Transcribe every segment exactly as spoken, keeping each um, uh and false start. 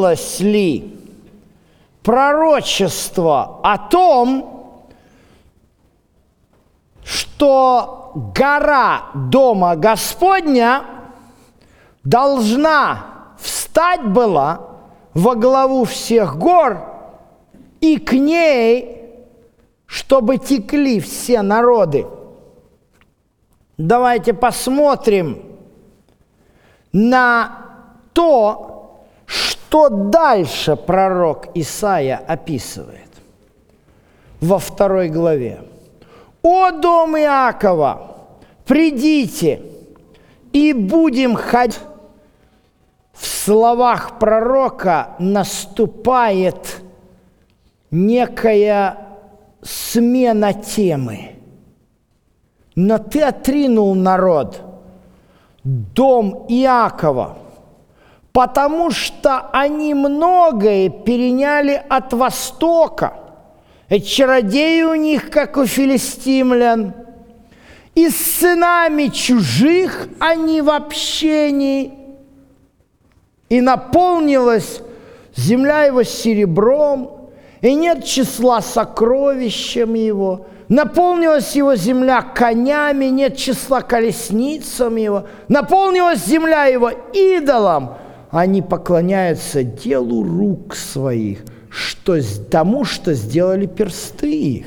исполнилось ли пророчество о том, что гора Дома Господня должна встать была во главу всех гор, и к ней, чтобы текли все народы. Давайте посмотрим на то, что дальше пророк Исаия описывает во второй главе. «О, дом Иакова, придите, и будем ходить». В словах пророка наступает некая смена темы. Но ты отринул народ, дом Иакова, потому что они многое переняли от Востока. И чародеи у них, как у филистимлян, и с сынами чужих они в общении. И наполнилась земля его серебром, и нет числа сокровищем его. Наполнилась его земля конями, нет числа колесницам его. Наполнилась земля его идолом. Они поклоняются делу рук своих, что, тому, что сделали персты их.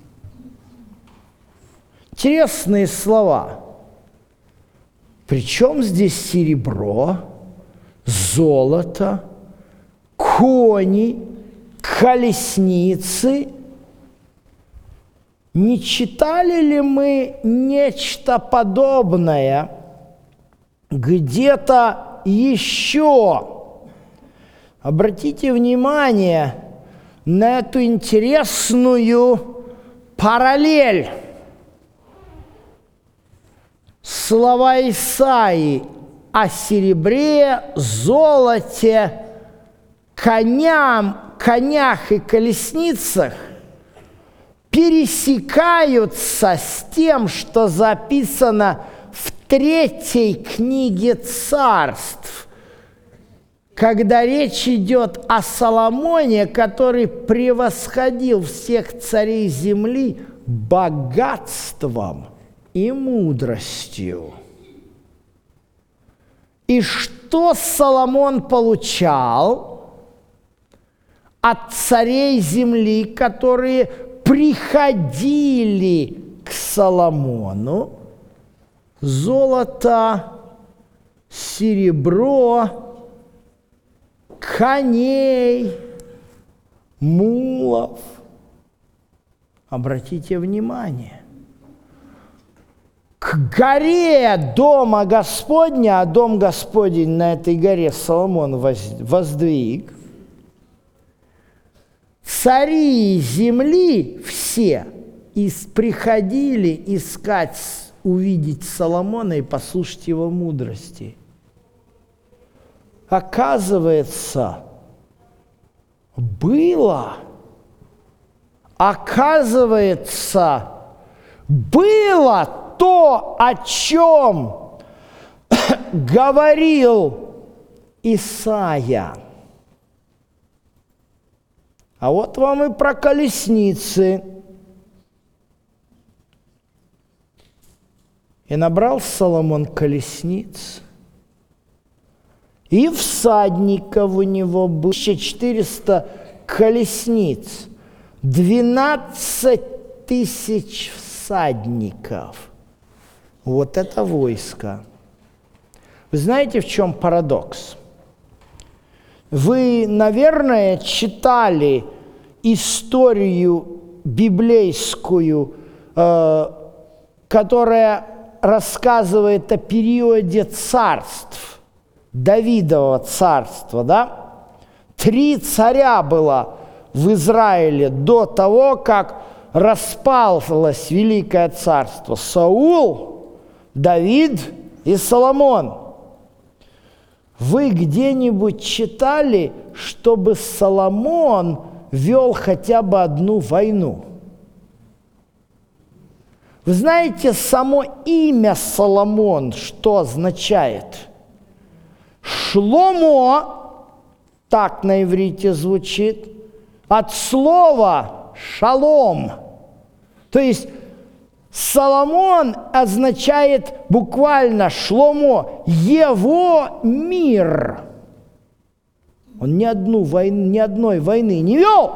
Интересные слова. Причем здесь серебро, золото, кони, колесницы? Не читали ли мы нечто подобное где-то еще? Обратите внимание на эту интересную параллель. Слова Исаии о серебре, золоте, коням, конях и колесницах пересекаются с тем, что записано в третьей книге Царств, когда речь идет о Соломоне, который превосходил всех царей земли богатством и мудростью. И что Соломон получал от царей земли, которые приходили к Соломону? Золото, серебро, коней, мулов. Обратите внимание. К горе Дома Господня, а Дом Господень на этой горе Соломон воздвиг, цари земли все приходили искать, увидеть Соломона и послушать его мудрости. Оказывается, было, оказывается, было то, о чем говорил Исаия. А вот вам и про колесницы. И набрал Соломон колесниц, и всадников у него было четыреста колесниц, двенадцать тысяч всадников. Вот это войско. Вы знаете, в чем парадокс? Вы, наверное, читали историю библейскую, э, которая рассказывает о периоде царств, Давидового царства, да? Три царя было в Израиле до того, как распалось Великое царство. Саул, Давид и Соломон. Вы где-нибудь читали, чтобы Соломон вел хотя бы одну войну? Вы знаете, само имя Соломон что означает? Шломо так на иврите звучит, от слова «шалом». То есть Соломон означает буквально Шломо, его мир. Он ни, одну войну, ни одной войны не вел,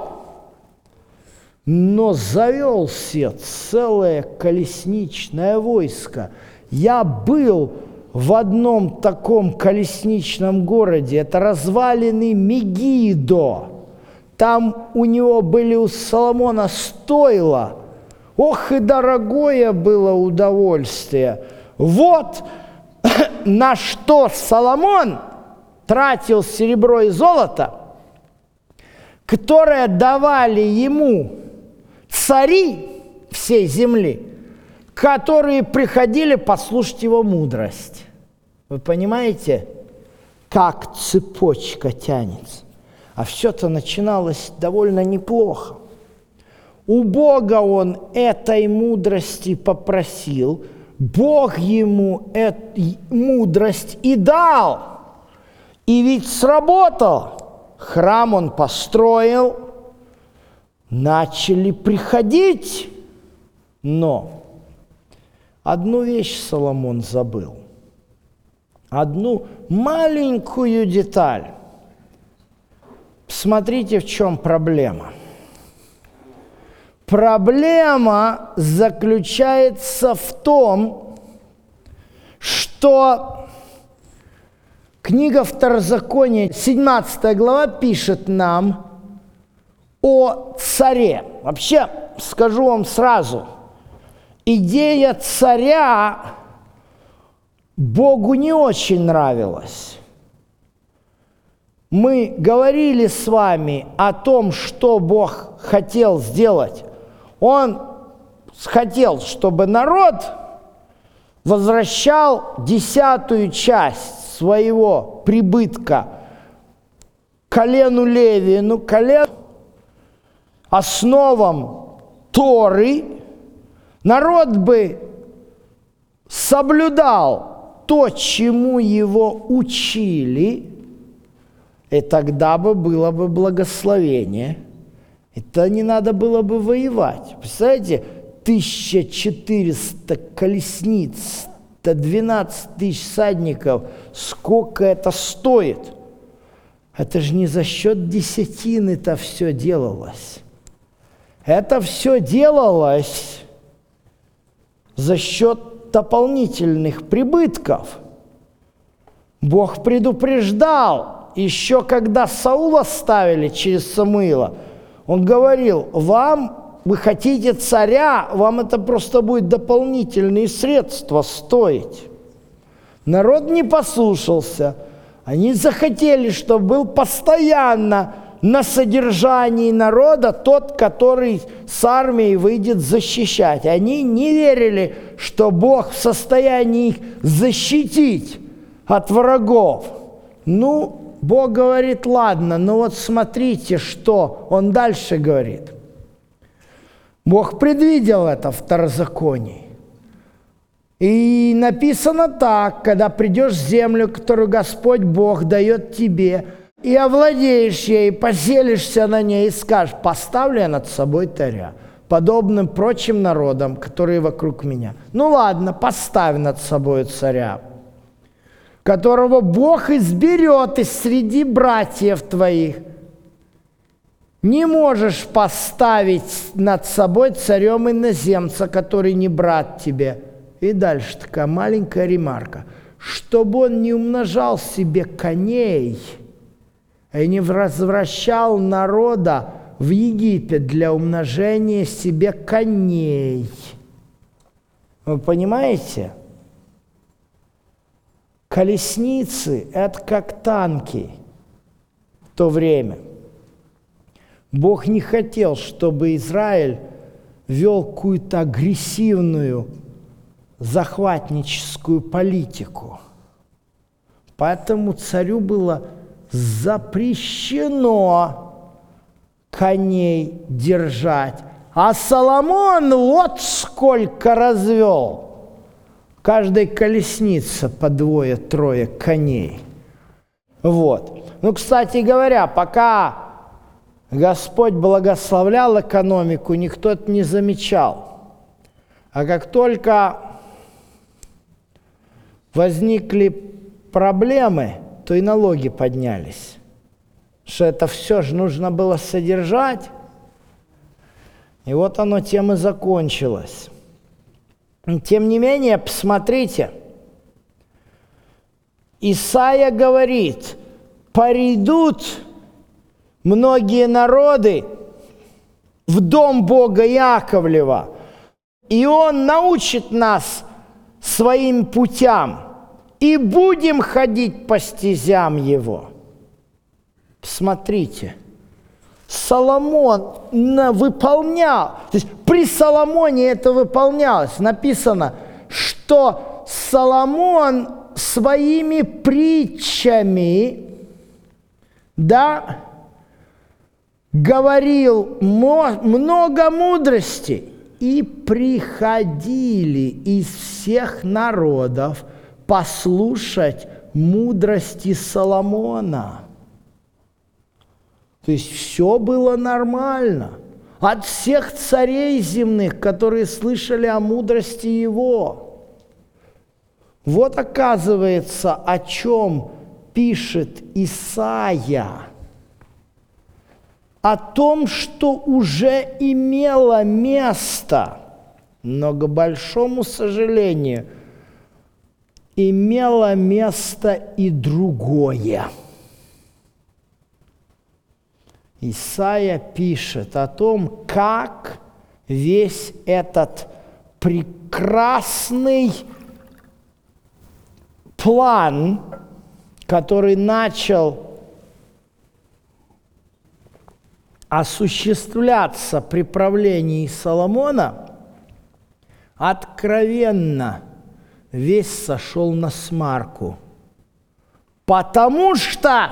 но завел себе целое колесничное войско. Я был в одном таком колесничном городе, это развалины Мегидо. Там у него были, у Соломона, стойла. Ох, и дорогое было удовольствие. Вот на что Соломон тратил серебро и золото, которое давали ему цари всей земли, которые приходили послушать его мудрость. Вы понимаете, как цепочка тянется? А все-то начиналось довольно неплохо. У Бога он этой мудрости попросил, Бог ему эту мудрость и дал. И ведь сработал. Храм он построил, начали приходить. Но одну вещь Соломон забыл. Одну маленькую деталь. Смотрите, в чем проблема. Проблема заключается в том, что книга Второзакония, семнадцатая глава, пишет нам о царе. Вообще, скажу вам сразу, идея царя Богу не очень нравилась. Мы говорили с вами о том, что Бог хотел сделать. Он хотел, чтобы народ возвращал десятую часть своего прибытка колену Левия, ну, колен, основам Торы. Народ бы соблюдал то, чему его учили, и тогда бы было бы благословение. Это не надо было бы воевать. Представляете, тысяча четыреста колесниц, двенадцать тысяч всадников, сколько это стоит? Это же не за счет десятины-то все делалось. Это все делалось за счет дополнительных прибытков. Бог предупреждал, еще когда Саула ставили через Самуила, он говорил: вам, вы хотите царя, вам это просто будет дополнительные средства стоить. Народ не послушался. Они захотели, чтобы был постоянно на содержании народа тот, который с армией выйдет защищать. Они не верили, что Бог в состоянии их защитить от врагов. Ну, Бог говорит: ладно, но вот смотрите, что Он дальше говорит. Бог предвидел это в Второзаконии. И написано так: когда придешь в землю, которую Господь Бог дает тебе, и овладеешь ей, поселишься на ней, и скажешь: поставлю я над собой царя, подобным прочим народам, которые вокруг меня. Ну ладно, поставь над собой царя, которого Бог изберет из среди братьев твоих. Не можешь поставить над собой царем иноземца, который не брат тебе. И дальше такая маленькая ремарка. Чтобы он не умножал себе коней и не возвращал народа в Египет для умножения себе коней. Вы понимаете? Колесницы – это как танки в то время. Бог не хотел, чтобы Израиль вел какую-то агрессивную, захватническую политику. Поэтому царю было запрещено коней держать. А Соломон вот сколько развел. Каждой колеснице по двое-трое коней. Вот. Ну, кстати говоря, пока Господь благословлял экономику, никто это не замечал. А как только возникли проблемы, то и налоги поднялись. Что это все же нужно было содержать. И вот оно тем и закончилось. Тем не менее, посмотрите, Исайя говорит: «Придут многие народы в дом Бога Яковлева, и Он научит нас своим путям, и будем ходить по стезям Его». Смотрите, Соломон выполнял, то есть при Соломоне это выполнялось. Написано, что Соломон своими притчами, да, говорил много мудрости, и приходили из всех народов послушать мудрости Соломона. То есть все было нормально. От всех царей земных, которые слышали о мудрости его. Вот оказывается, о чем пишет Исайя. О том, что уже имело место, но, к большому сожалению, имело место и другое. Исайя пишет о том, как весь этот прекрасный план, который начал осуществляться при правлении Соломона, откровенно весь сошел на смарку. Потому что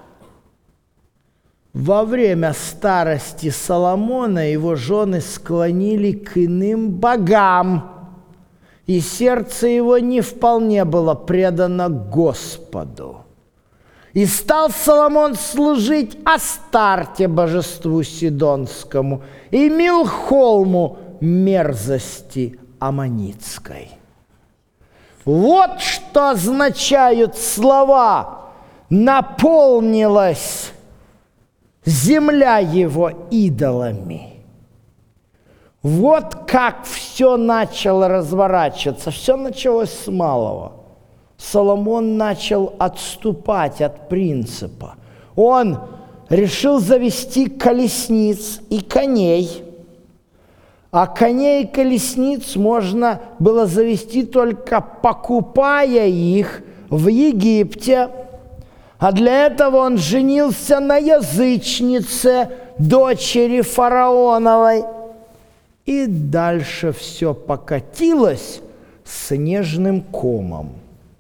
во время старости Соломона его жены склонили к иным богам, и сердце его не вполне было предано Господу. И стал Соломон служить Астарте, божеству Сидонскому, и Милхолму, мерзости Аммонитской. Вот что означают слова «наполнилась земля его идолами». Вот как все начало разворачиваться. Все началось с малого. Соломон начал отступать от принципа. Он решил завести колесниц и коней. А коней и колесниц можно было завести только покупая их в Египте. А для этого он женился на язычнице, дочери фараоновой. И дальше все покатилось снежным комом.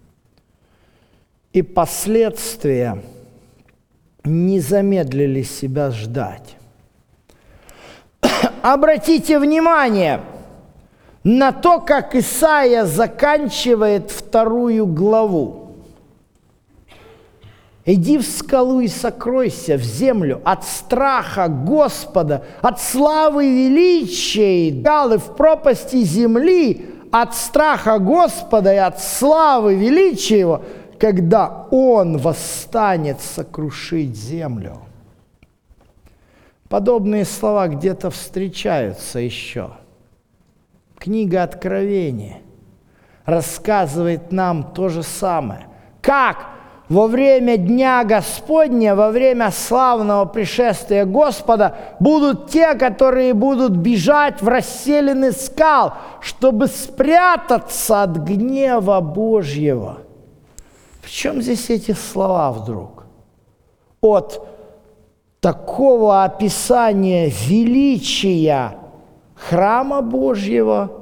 И последствия не замедлили себя ждать. Обратите внимание на то, как Исайя заканчивает вторую главу. «Иди в скалу и сокройся в землю от страха Господа, от славы величия, скалы в пропасти земли, от страха Господа и от славы величия Его, когда Он восстанет сокрушить землю». Подобные слова где-то встречаются еще. Книга Откровения рассказывает нам то же самое. Как во время Дня Господня, во время славного пришествия Господа будут те, которые будут бежать в расселины скал, чтобы спрятаться от гнева Божьего. В чем здесь эти слова вдруг? От такого описания величия храма Божьего,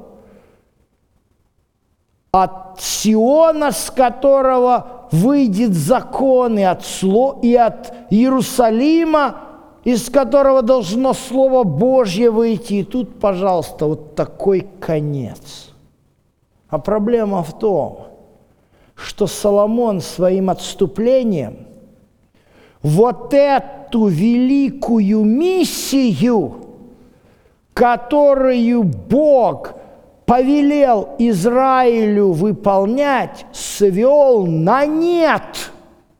от Сиона, с которого выйдет закон, и от, сло, и от Иерусалима, из которого должно Слово Божье выйти. И тут, пожалуйста, вот такой конец. А проблема в том, что Соломон своим отступлением вот эту великую миссию, которую Бог повелел Израилю выполнять, свел на нет.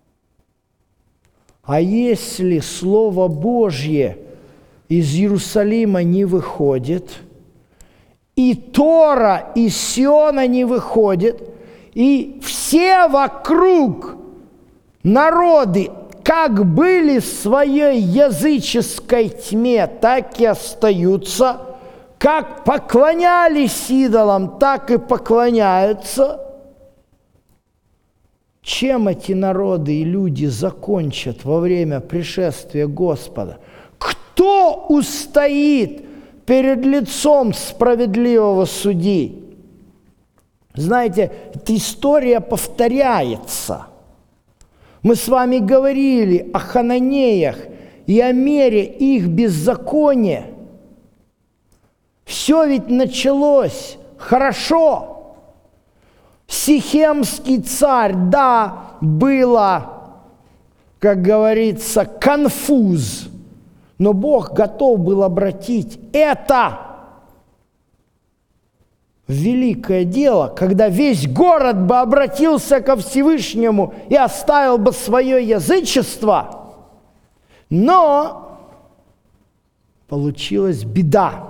А если Слово Божье из Иерусалима не выходит, и Тора из Сиона не выходит, и все вокруг народы как были в своей языческой тьме, так и остаются, как поклонялись идолам, так и поклоняются. Чем эти народы и люди закончат во время пришествия Господа? Кто устоит перед лицом справедливого судьи? Знаете, эта история повторяется. Мы с вами говорили о хананеях и о мере их беззакония. Все ведь началось хорошо. Сихемский царь, да, было, как говорится, конфуз, но Бог готов был обратить это в великое дело, когда весь город бы обратился ко Всевышнему и оставил бы свое язычество. Но получилась беда.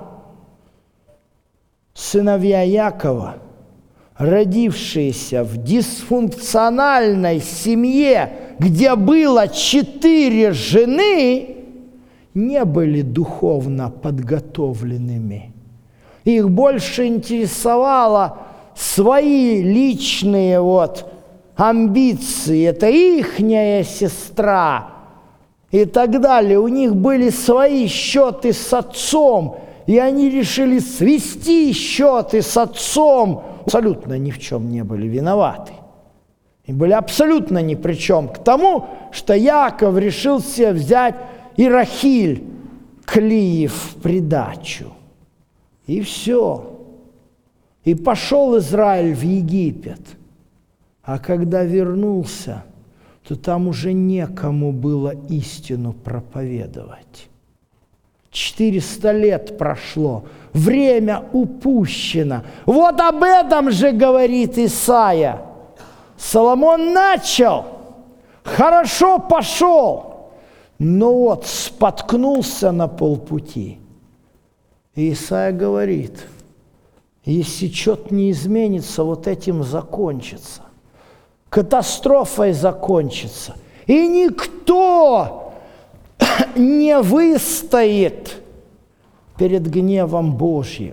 Сыновья Якова, родившиеся в дисфункциональной семье, где было четыре жены, не были духовно подготовленными. Их больше интересовало свои личные вот амбиции, это ихняя сестра и так далее. У них были свои счеты с отцом, и они решили свести счеты с отцом. Абсолютно ни в чем не были виноваты. И были абсолютно ни при чем к тому, что Яков решил себе взять и Рахиль к Лии в придачу. И все. И пошел Израиль в Египет. А когда вернулся, то там уже некому было истину проповедовать. Четыреста лет прошло, время упущено. Вот об этом же говорит Исаия. Соломон начал, хорошо пошел, но вот споткнулся на полпути. И Исаия говорит, если что-то не изменится, вот этим закончится. Катастрофой закончится. И никто не выстоит перед гневом Божьим.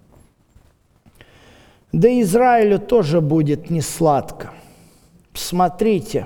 Да Израилю тоже будет несладко. Посмотрите,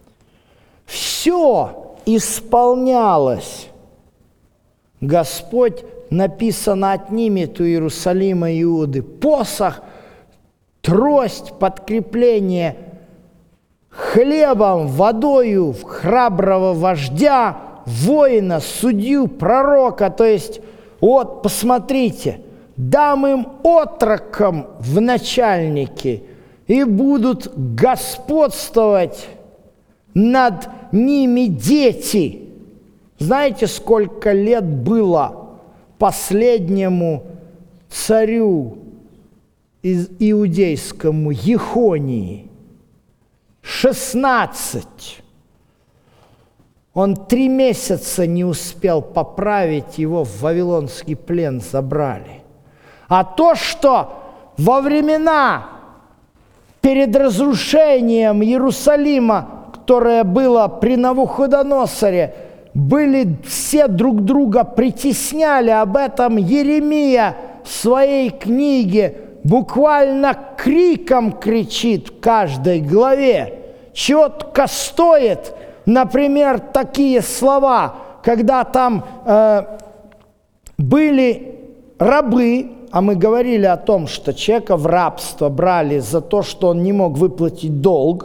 все исполнялось. Господь, написано, отнимет у Иерусалима и Иуды посох, трость, подкрепление хлебом, водою храброго вождя, воина, судью, пророка. То есть, вот, посмотрите, дам им отрокам в начальники, и будут господствовать над ними дети. Знаете, сколько лет было последнему царю иудейскому Ехонии? шестнадцать. Он три месяца не успел поправить, его в вавилонский плен забрали. А то, что во времена перед разрушением Иерусалима, которое было при Навуходоносоре, были все друг друга притесняли, об этом Еремия в своей книге буквально криком кричит в каждой главе. Четко стоит, например, такие слова, когда там э, были рабы, а мы говорили о том, что человека в рабство брали за то, что он не мог выплатить долг,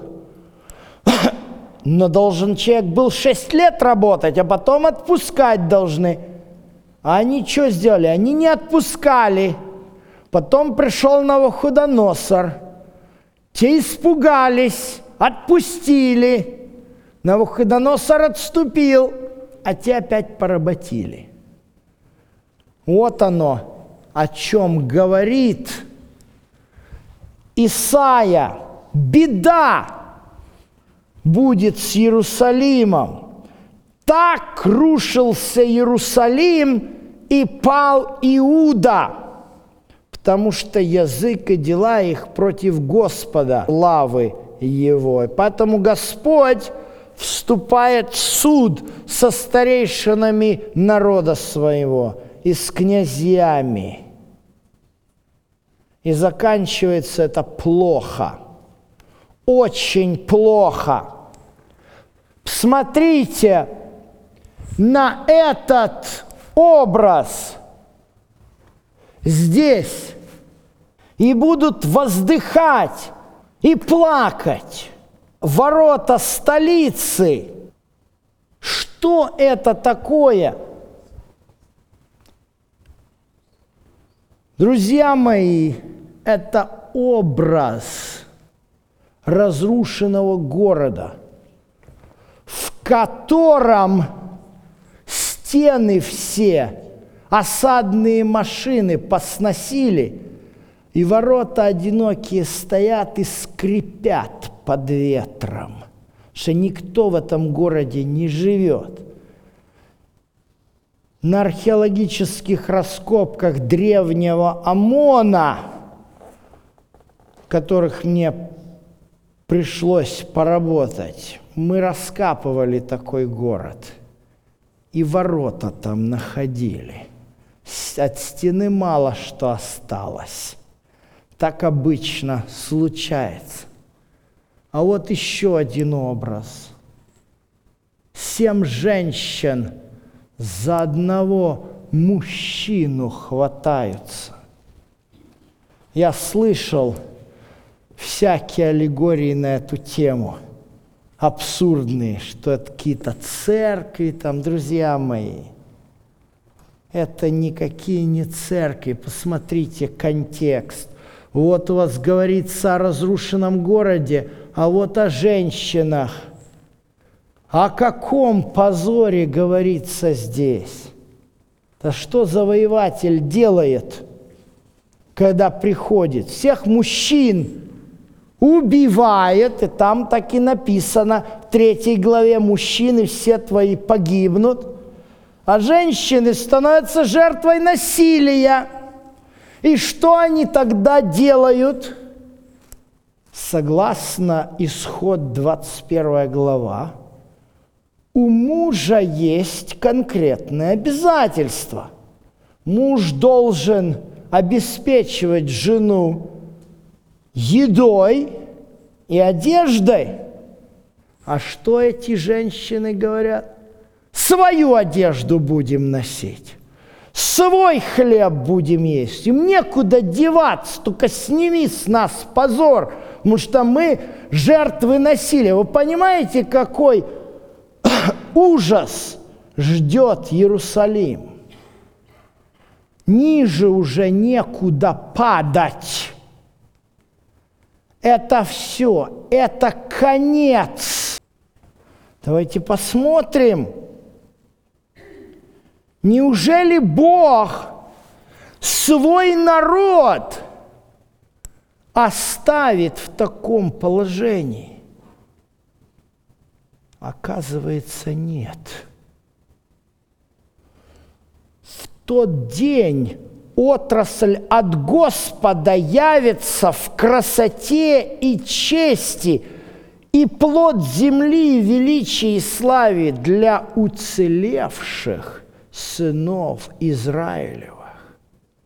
но должен человек был шесть лет работать, а потом отпускать должны. А они что сделали? Они не отпускали. Потом пришел Навуходоносор. Те испугались, отпустили. Навуходоносор отступил, а те опять поработили. Вот оно, о чем говорит Исаия. Беда будет с Иерусалимом. Так рушился Иерусалим и пал Иуда, потому что язык и дела их против Господа, славы Его. И поэтому Господь вступает в суд со старейшинами народа своего и с князьями. И заканчивается это плохо, очень плохо. Смотрите на этот образ здесь, и будут воздыхать и плакать ворота столицы. Что это такое? Друзья мои, это образ разрушенного города, в котором стены все, осадные машины посносили, и ворота одинокие стоят и скрипят под ветром, что никто в этом городе не живет. На археологических раскопках древнего Амона, в которых мне пришлось поработать, мы раскапывали такой город, и ворота там находили. От стены мало что осталось. Так обычно случается. А вот еще один образ. Семь женщин за одного мужчину хватаются. Я слышал всякие аллегории на эту тему, абсурдные, что это какие-то церкви, там, друзья мои. Это никакие не церкви. Посмотрите контекст. Вот у вас говорится о разрушенном городе, а вот о женщинах. О каком позоре говорится здесь? Да что завоеватель делает, когда приходит? Всех мужчин убивает, и там так и написано в третьей главе: мужчины все твои погибнут, а женщины становятся жертвой насилия. И что они тогда делают? Согласно Исход двадцать первая глава, у мужа есть конкретные обязательства. Муж должен обеспечивать жену едой и одеждой. А что эти женщины говорят? Свою одежду будем носить, свой хлеб будем есть, им некуда деваться, только сними с нас позор, потому что мы жертвы насилия. Вы понимаете, какой ужас ждет Иерусалим? Ниже уже некуда падать. Это все, это конец. Давайте посмотрим. Неужели Бог свой народ оставит в таком положении? Оказывается, нет. В тот день отрасль от Господа явится в красоте и чести, и плод земли в величии и славе для уцелевших сынов Израилевых.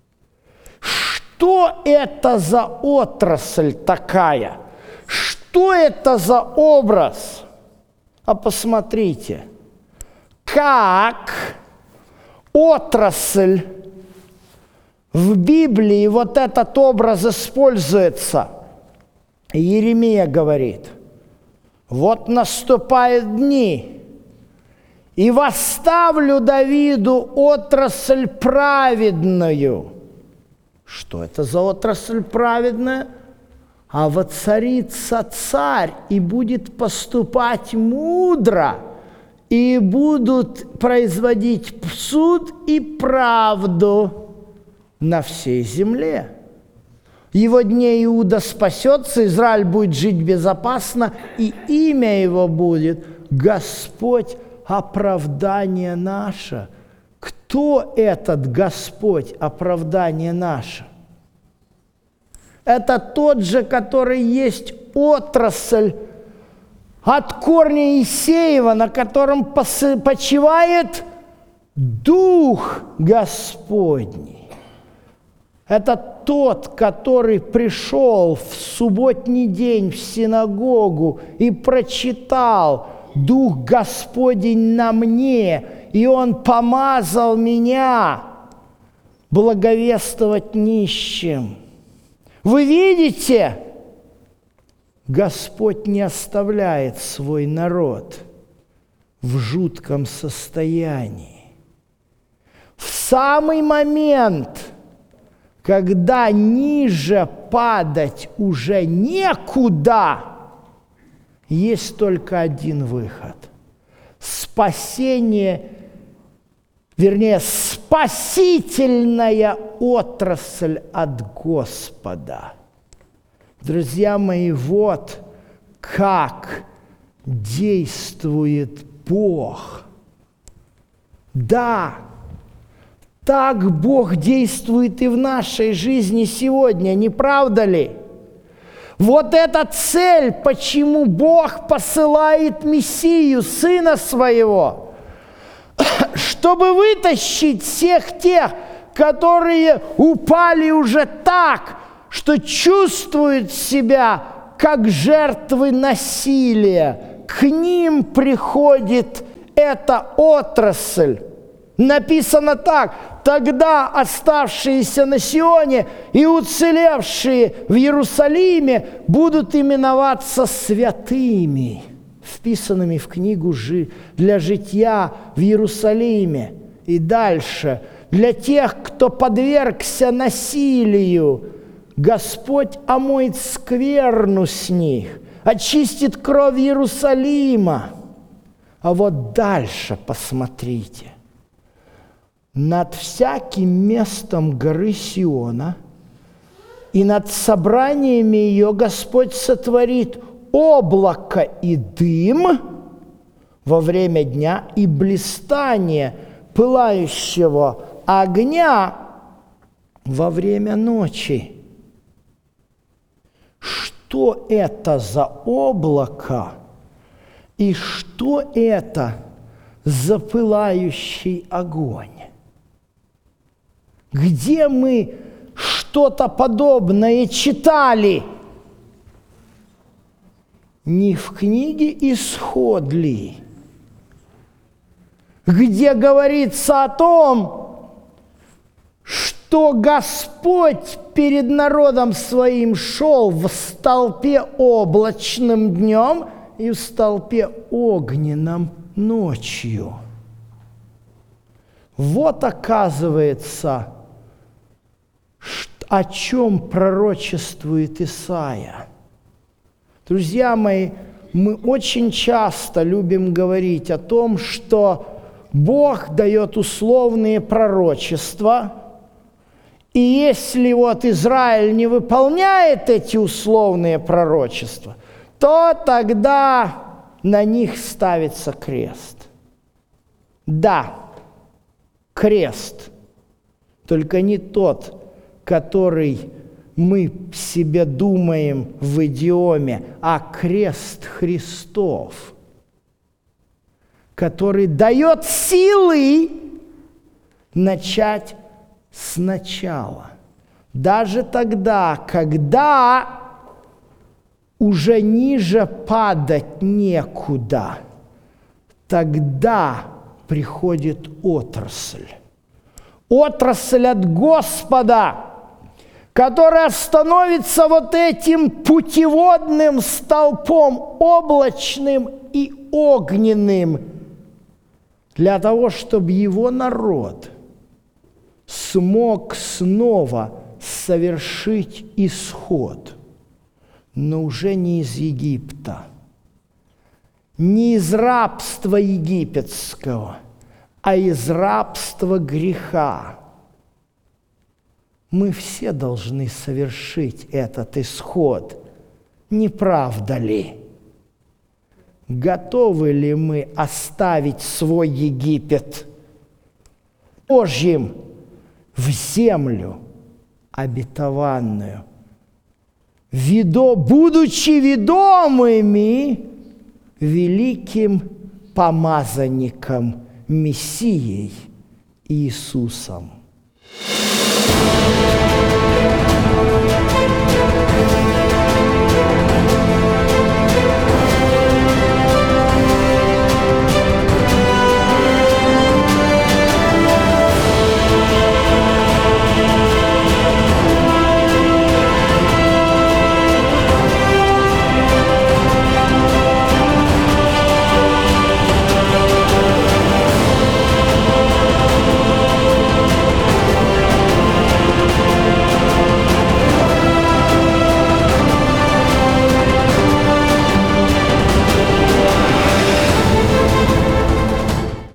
Что это за отрасль такая? Что это за образ? А посмотрите, как отрасль в Библии вот этот образ используется. Иеремия говорит: вот наступают дни, и восставлю Давиду отрасль праведную. Что это за отрасль праведная? а воцарится царь и будет поступать мудро, и будут производить суд и правду на всей земле. Его дней Иуда спасется, Израиль будет жить безопасно, и имя его будет Господь оправдание наше. Кто этот Господь оправдание наше? Это тот же, который есть отрасль от корня Иисеева, на котором почивает Дух Господний. Это тот, который пришел в субботний день в синагогу и прочитал: «Дух Господень на мне, и Он помазал меня благовествовать нищим». Вы видите, Господь не оставляет свой народ в жутком состоянии. В самый момент, когда ниже падать уже некуда, есть только один выход – спасение, вернее, спасительная отрасль от Господа. Друзья мои, вот как действует Бог. Да, так Бог действует и в нашей жизни сегодня, не правда ли? Вот эта цель, почему Бог посылает Мессию, Сына Своего, чтобы вытащить всех тех, которые упали уже так, что чувствуют себя как жертвы насилия. К ним приходит эта отрасль. Написано так: «Тогда оставшиеся на Сионе и уцелевшие в Иерусалиме будут именоваться святыми, вписанными в книгу для житья в Иерусалиме». И дальше: «Для тех, кто подвергся насилию, Господь омоет скверну с них, очистит кровь Иерусалима». А вот дальше посмотрите. «Над всяким местом горы Сиона и над собраниями ее Господь сотворит облако и дым во время дня и блистание пылающего огня во время ночи». Что это за облако и что это за пылающий огонь? Где мы что-то подобное читали? Не в книге «Исход» ли, где говорится о том, что Господь перед народом своим шел в столпе облачным днем и в столпе огненном ночью. Вот, оказывается, о чем пророчествует Исаия. Друзья мои, мы очень часто любим говорить о том, что Бог дает условные пророчества, и если вот Израиль не выполняет эти условные пророчества, то тогда на них ставится крест. Да, крест, только не тот, который мы себе думаем в идиоме, а крест Христов, который дает силы начать сначала. Даже тогда, когда уже ниже падать некуда, тогда приходит отрасль. Отрасль от Господа, которая становится вот этим путеводным столпом облачным и огненным, для того, чтобы его народ смог снова совершить исход, но уже не из Египта, не из рабства египетского, а из рабства греха. Мы все должны совершить этот исход. Не правда ли? Готовы ли мы оставить свой Египет Божьим в землю обетованную, ведо, будучи ведомыми великим помазанником Мессией Иисусом?